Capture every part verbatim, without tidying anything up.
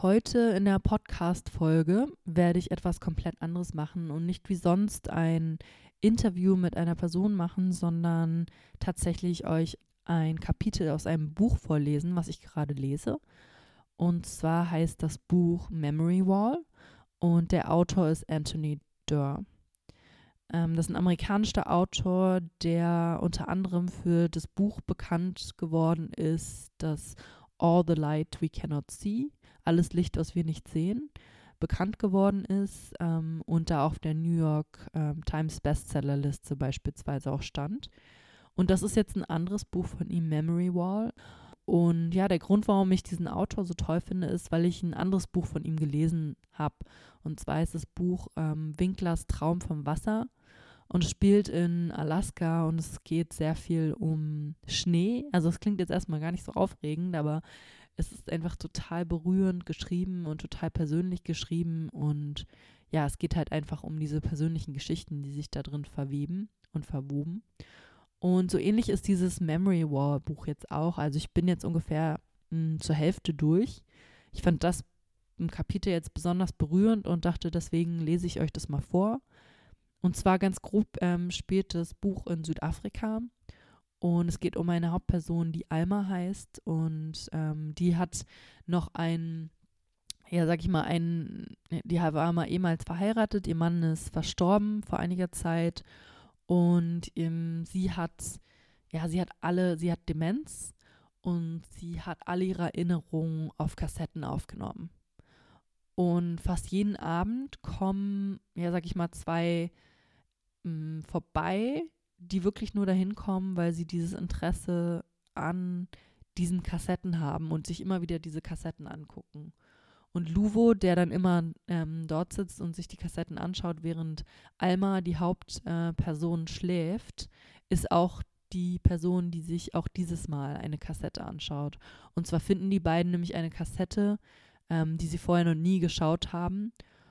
Heute in der Podcast-Folge werde ich etwas komplett anderes machen und nicht wie sonst ein Interview mit einer Person machen, sondern tatsächlich euch ein Kapitel aus einem Buch vorlesen, was ich gerade lese. Und zwar heißt das Buch Memory Wall und der Autor ist Anthony Doerr. Ähm, das ist ein amerikanischer Autor, der unter anderem für das Buch bekannt geworden ist, das All the Light We Cannot See, alles Licht, was wir nicht sehen, bekannt geworden ist ähm, und da auf der New York ähm, Times Bestsellerliste beispielsweise auch stand. Und das ist jetzt ein anderes Buch von ihm, Memory Wall. Und ja, der Grund, warum ich diesen Autor so toll finde, ist, weil ich ein anderes Buch von ihm gelesen habe. Und zwar ist das Buch ähm, Winklers Traum vom Wasser. Und es spielt in Alaska und es geht sehr viel um Schnee. Also es klingt jetzt erstmal gar nicht so aufregend, aber es ist einfach total berührend geschrieben und total persönlich geschrieben. Und ja, es geht halt einfach um diese persönlichen Geschichten, die sich da drin verweben und verwoben. Und so ähnlich ist dieses Memory Wall Buch jetzt auch. Also ich bin jetzt ungefähr mh, zur Hälfte durch. Ich fand das im Kapitel jetzt besonders berührend und dachte, deswegen lese ich euch das mal vor. Und zwar ganz grob ähm, spielt das Buch in Südafrika und es geht um eine Hauptperson, die Alma heißt und ähm, die hat noch einen, ja sag ich mal, einen, die war mal ehemals verheiratet, ihr Mann ist verstorben vor einiger Zeit und ähm, sie hat, ja sie hat alle, sie hat Demenz und sie hat alle ihre Erinnerungen auf Kassetten aufgenommen. Und fast jeden Abend kommen, ja sag ich mal, zwei vorbei, die wirklich nur dahin kommen, weil sie dieses Interesse an diesen Kassetten haben und sich immer wieder diese Kassetten angucken. Und Luvo, der dann immer ähm, dort sitzt und sich die Kassetten anschaut, während Alma, die Hauptperson, äh, schläft, ist auch die Person, die sich auch dieses Mal eine Kassette anschaut. Und zwar finden die beiden nämlich eine Kassette, ähm, die sie vorher noch nie geschaut haben.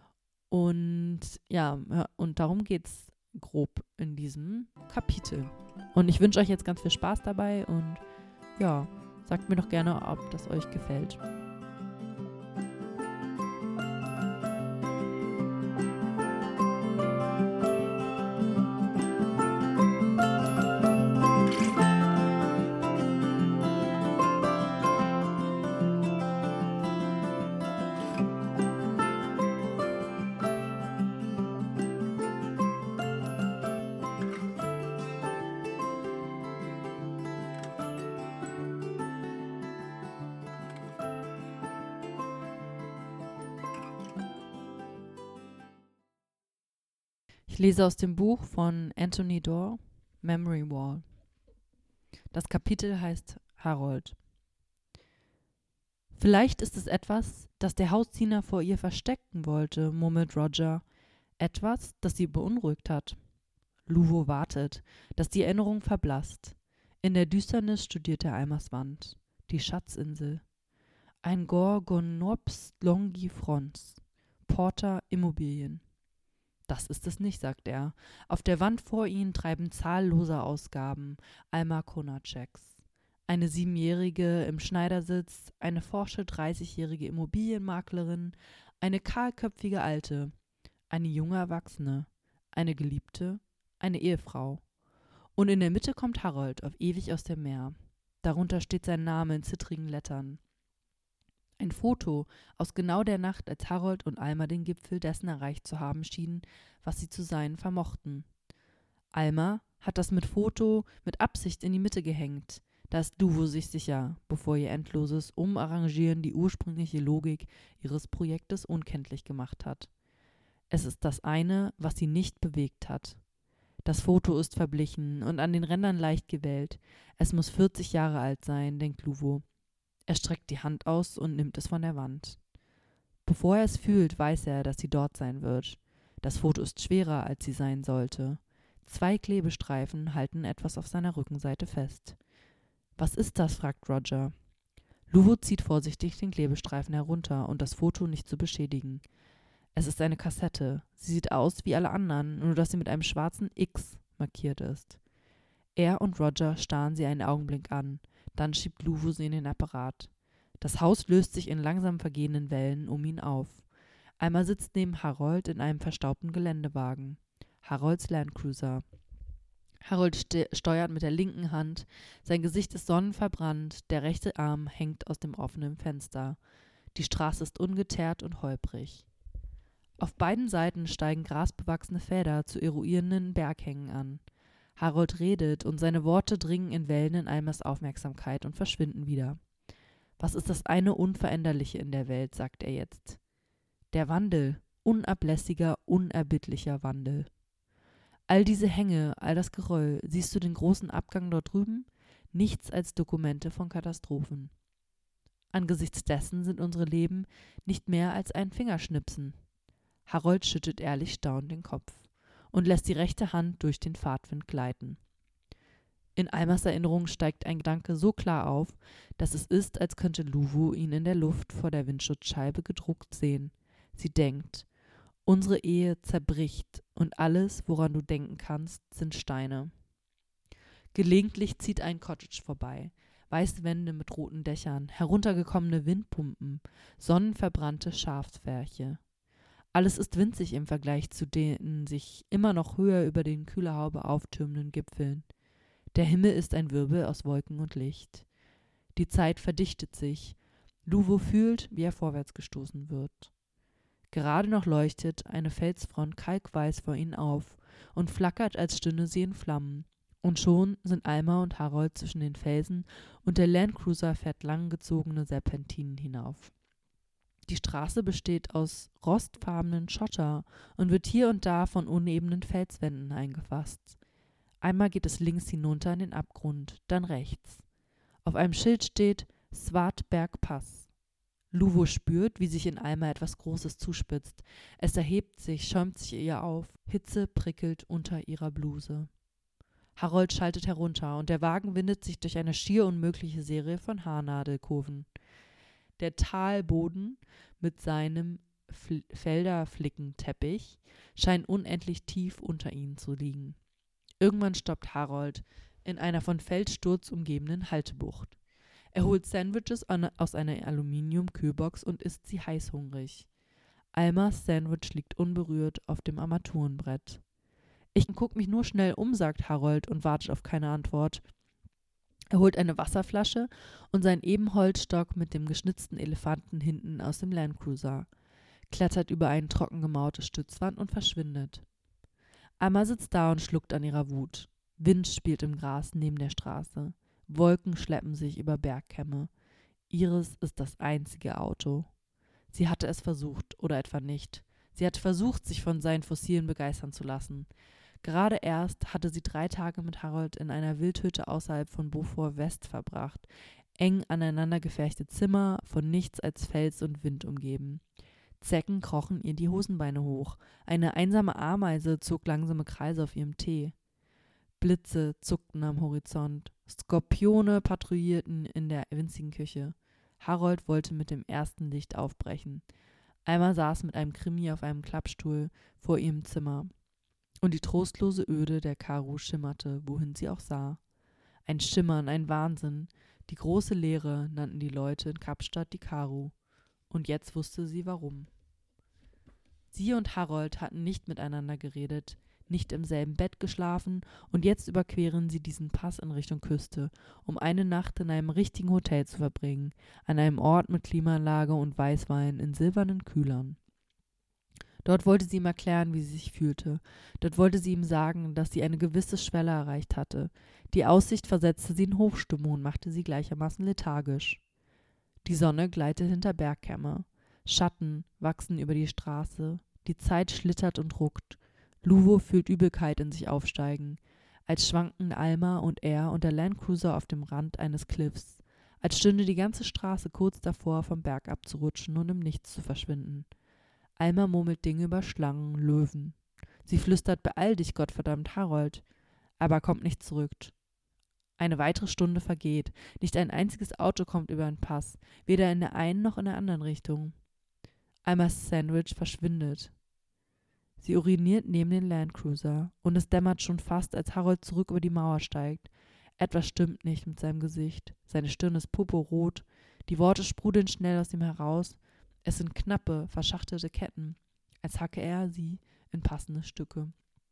Und ja, und darum geht's grob in diesem Kapitel. Und ich wünsche euch jetzt ganz viel Spaß dabei und ja, sagt mir doch gerne, ob das euch gefällt. Ich lese aus dem Buch von Anthony Doerr, Memory Wall. Das Kapitel heißt Harold. Vielleicht ist es etwas, das der Hausdiener vor ihr verstecken wollte, murmelt Roger. Etwas, das sie beunruhigt hat. Luvo wartet, dass die Erinnerung verblasst. In der Düsternis studiert er Almas Wand. Die Schatzinsel. Ein Gorgonops longifrons. Porter Immobilien. Das ist es nicht, sagt er. Auf der Wand vor ihnen treiben zahllose Ausgaben, Alma Konatscheks. Eine Siebenjährige im Schneidersitz, eine forsche dreißigjährige Immobilienmaklerin, eine kahlköpfige Alte, eine junge Erwachsene, eine Geliebte, eine Ehefrau. Und in der Mitte kommt Harold auf ewig aus dem Meer. Darunter steht sein Name in zittrigen Lettern. Ein Foto aus genau der Nacht, als Harold und Alma den Gipfel dessen erreicht zu haben schienen, was sie zu sein vermochten. Alma hat das mit Foto mit Absicht in die Mitte gehängt. Da ist Luvo sich sicher, bevor ihr endloses Umarrangieren die ursprüngliche Logik ihres Projektes unkenntlich gemacht hat. Es ist das eine, was sie nicht bewegt hat. Das Foto ist verblichen und an den Rändern leicht gewellt. Es muss vierzig Jahre alt sein, denkt Luvo. Er streckt die Hand aus und nimmt es von der Wand. Bevor er es fühlt, weiß er, dass sie dort sein wird. Das Foto ist schwerer, als sie sein sollte. Zwei Klebestreifen halten etwas auf seiner Rückenseite fest. »Was ist das?« fragt Roger. Luvo zieht vorsichtig den Klebestreifen herunter, um das Foto nicht zu beschädigen. Es ist eine Kassette. Sie sieht aus wie alle anderen, nur dass sie mit einem schwarzen X markiert ist. Er und Roger starren sie einen Augenblick an. Dann schiebt Luvo sie in den Apparat. Das Haus löst sich in langsam vergehenden Wellen um ihn auf. Alma sitzt neben Harold in einem verstaubten Geländewagen. Harolds Landcruiser. Harold ste- steuert mit der linken Hand, sein Gesicht ist sonnenverbrannt, der rechte Arm hängt aus dem offenen Fenster. Die Straße ist ungeteert und holprig. Auf beiden Seiten steigen grasbewachsene Felder zu erodierenden Berghängen an. Harold redet und seine Worte dringen in Wellen in Almas Aufmerksamkeit und verschwinden wieder. Was ist das eine Unveränderliche in der Welt, sagt er jetzt. Der Wandel, unablässiger, unerbittlicher Wandel. All diese Hänge, all das Geröll, siehst du den großen Abgang dort drüben? Nichts als Dokumente von Katastrophen. Angesichts dessen sind unsere Leben nicht mehr als ein Fingerschnipsen. Harold schüttet ehrlich staunend den Kopf und lässt die rechte Hand durch den Fahrtwind gleiten. In Almas Erinnerung steigt ein Gedanke so klar auf, dass es ist, als könnte Luvo ihn in der Luft vor der Windschutzscheibe gedruckt sehen. Sie denkt, unsere Ehe zerbricht und alles, woran du denken kannst, sind Steine. Gelegentlich zieht ein Cottage vorbei, weiße Wände mit roten Dächern, heruntergekommene Windpumpen, sonnenverbrannte Schafspferche. Alles ist winzig im Vergleich zu den sich immer noch höher über den Kühlerhaube auftürmenden Gipfeln. Der Himmel ist ein Wirbel aus Wolken und Licht. Die Zeit verdichtet sich. Luvo fühlt, wie er vorwärts gestoßen wird. Gerade noch leuchtet eine Felsfront kalkweiß vor ihnen auf und flackert, als stünde sie in Flammen. Und schon sind Alma und Harold zwischen den Felsen und der Landcruiser fährt langgezogene Serpentinen hinauf. Die Straße besteht aus rostfarbenen Schotter und wird hier und da von unebenen Felswänden eingefasst. Einmal geht es links hinunter in den Abgrund, dann rechts. Auf einem Schild steht Swartberg Pass. Luvo spürt, wie sich in Alma etwas Großes zuspitzt. Es erhebt sich, schäumt sich ihr auf. Hitze prickelt unter ihrer Bluse. Harold schaltet herunter und der Wagen windet sich durch eine schier unmögliche Serie von Haarnadelkurven. Der Talboden mit seinem F- Felderflickenteppich scheint unendlich tief unter ihnen zu liegen. Irgendwann stoppt Harold in einer von Felssturz umgebenen Haltebucht. Er holt Sandwiches an, aus einer Aluminium-Kühlbox und isst sie heißhungrig. Almas Sandwich liegt unberührt auf dem Armaturenbrett. Ich guck mich nur schnell um, sagt Harold und wartet auf keine Antwort. Er holt eine Wasserflasche und seinen Ebenholzstock mit dem geschnitzten Elefanten hinten aus dem Landcruiser, klettert über eine trocken gemauerte Stützwand und verschwindet. Alma sitzt da und schluckt an ihrer Wut. Wind spielt im Gras neben der Straße. Wolken schleppen sich über Bergkämme. Ihres ist das einzige Auto. Sie hatte es versucht, oder etwa nicht. Sie hatte versucht, sich von seinen Fossilen begeistern zu lassen. Gerade erst hatte sie drei Tage mit Harold in einer Wildhütte außerhalb von Beaufort West verbracht. Eng aneinander gefärchte Zimmer, von nichts als Fels und Wind umgeben. Zecken krochen ihr die Hosenbeine hoch. Eine einsame Ameise zog langsame Kreise auf ihrem Tee. Blitze zuckten am Horizont. Skorpione patrouillierten in der winzigen Küche. Harold wollte mit dem ersten Licht aufbrechen. Alma saß mit einem Krimi auf einem Klappstuhl vor ihrem Zimmer. Und die trostlose Öde der Karo schimmerte, wohin sie auch sah. Ein Schimmern, ein Wahnsinn. Die große Leere nannten die Leute in Kapstadt die Karo. Und jetzt wusste sie, warum. Sie und Harold hatten nicht miteinander geredet, nicht im selben Bett geschlafen, und jetzt überqueren sie diesen Pass in Richtung Küste, um eine Nacht in einem richtigen Hotel zu verbringen, an einem Ort mit Klimaanlage und Weißwein in silbernen Kühlern. Dort wollte sie ihm erklären, wie sie sich fühlte. Dort wollte sie ihm sagen, dass sie eine gewisse Schwelle erreicht hatte. Die Aussicht versetzte sie in Hochstimmung und machte sie gleichermaßen lethargisch. Die Sonne gleitet hinter Bergkämme. Schatten wachsen über die Straße. Die Zeit schlittert und ruckt. Luvo fühlt Übelkeit in sich aufsteigen, als schwanken Alma und er und der Landcruiser auf dem Rand eines Cliffs, als stünde die ganze Straße kurz davor, vom Berg abzurutschen und im Nichts zu verschwinden. Alma murmelt Dinge über Schlangen, Löwen. Sie flüstert, beeil dich, Gottverdammt, Harold, aber kommt nicht zurück. Eine weitere Stunde vergeht. Nicht ein einziges Auto kommt über den Pass, weder in der einen noch in der anderen Richtung. Almas Sandwich verschwindet. Sie uriniert neben den Landcruiser und es dämmert schon fast, als Harold zurück über die Mauer steigt. Etwas stimmt nicht mit seinem Gesicht. Seine Stirn ist purpurrot, Die Worte sprudeln schnell aus ihm heraus. Es sind knappe, verschachtelte Ketten, als hacke er sie in passende Stücke.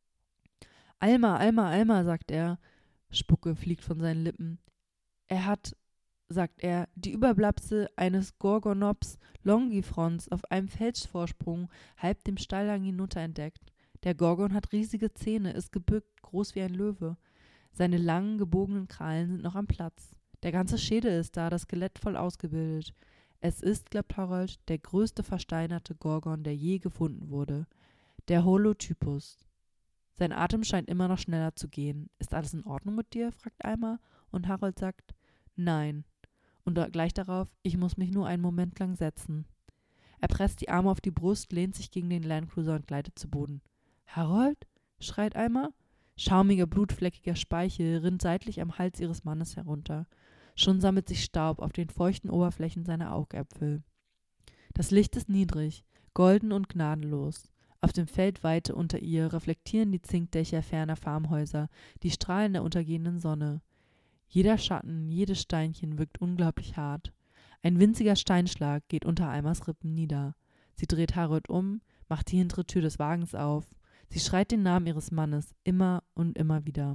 Alma, Alma, Alma, sagt er. Spucke fliegt von seinen Lippen. Er hat, sagt er, die Überbleibsel eines Gorgonops longifrons auf einem Felsvorsprung halb dem Steilhang hinunter entdeckt. Der Gorgon hat riesige Zähne, ist gebückt, groß wie ein Löwe. Seine langen, gebogenen Krallen sind noch am Platz. Der ganze Schädel ist da, das Skelett voll ausgebildet. Es ist, glaubt Harold, der größte versteinerte Gorgon, der je gefunden wurde. Der Holotypus. Sein Atem scheint immer noch schneller zu gehen. Ist alles in Ordnung mit dir? Fragt Alma. Und Harold sagt, nein. Und gleich darauf, ich muss mich nur einen Moment lang setzen. Er presst die Arme auf die Brust, lehnt sich gegen den Landcruiser und gleitet zu Boden. Harold? Schreit Alma. Schaumiger, blutfleckiger Speichel rinnt seitlich am Hals ihres Mannes herunter. Schon sammelt sich Staub auf den feuchten Oberflächen seiner Augäpfel. Das Licht ist niedrig, golden und gnadenlos. Auf dem Feld weite unter ihr reflektieren die Zinkdächer ferner Farmhäuser, die Strahlen der untergehenden Sonne. Jeder Schatten, jedes Steinchen wirkt unglaublich hart. Ein winziger Steinschlag geht unter Almas Rippen nieder. Sie dreht Harold um, macht die hintere Tür des Wagens auf. Sie schreit den Namen ihres Mannes, immer und immer wieder.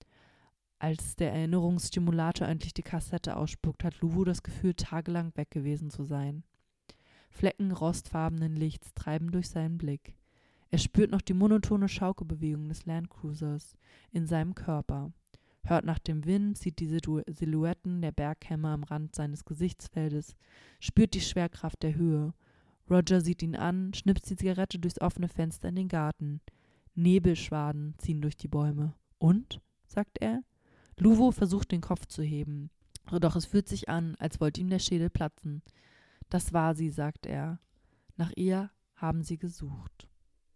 Als der Erinnerungsstimulator endlich die Kassette ausspuckt, hat Luwu das Gefühl, tagelang weg gewesen zu sein. Flecken rostfarbenen Lichts treiben durch seinen Blick. Er spürt noch die monotone Schaukelbewegung des Landcruisers in seinem Körper, hört nach dem Wind, sieht die Silhouetten der Berghämmer am Rand seines Gesichtsfeldes, spürt die Schwerkraft der Höhe. Roger sieht ihn an, schnipst die Zigarette durchs offene Fenster in den Garten. Nebelschwaden ziehen durch die Bäume. Und? Sagt er. Luwu versucht, den Kopf zu heben. Doch es fühlt sich an, als wollte ihm der Schädel platzen. Das war sie, sagt er. Nach ihr haben sie gesucht.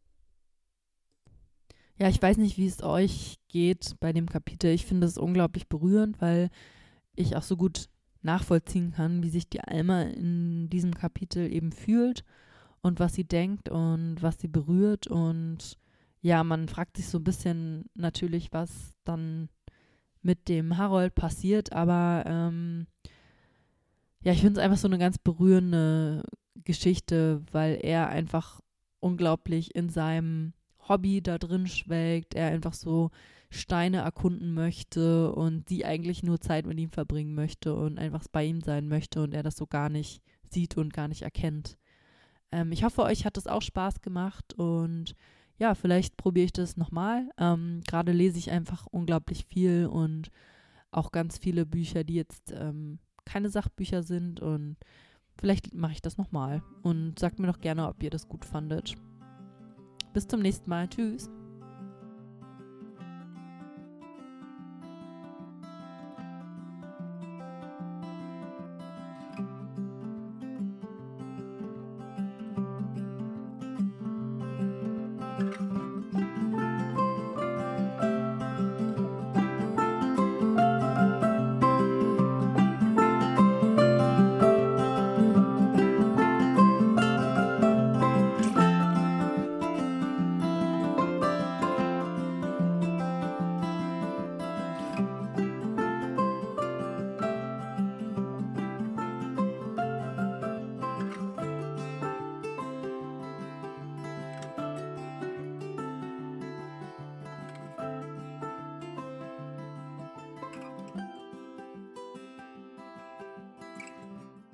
Ja, ich weiß nicht, wie es euch geht bei dem Kapitel. Ich finde es unglaublich berührend, weil ich auch so gut nachvollziehen kann, wie sich die Alma in diesem Kapitel eben fühlt und was sie denkt und was sie berührt. Und ja, man fragt sich so ein bisschen natürlich, was dann mit dem Harold passiert, aber ähm, ja, ich finde es einfach so eine ganz berührende Geschichte, weil er einfach unglaublich in seinem Hobby da drin schwelgt, er einfach so Steine erkunden möchte und sie eigentlich nur Zeit mit ihm verbringen möchte und einfach bei ihm sein möchte und er das so gar nicht sieht und gar nicht erkennt. Ähm, ich hoffe, euch hat es auch Spaß gemacht und ja, vielleicht probiere ich das nochmal. Ähm, gerade lese ich einfach unglaublich viel und auch ganz viele Bücher, die jetzt ähm, keine Sachbücher sind und vielleicht mache ich das nochmal und sagt mir doch gerne, ob ihr das gut fandet. Bis zum nächsten Mal. Tschüss.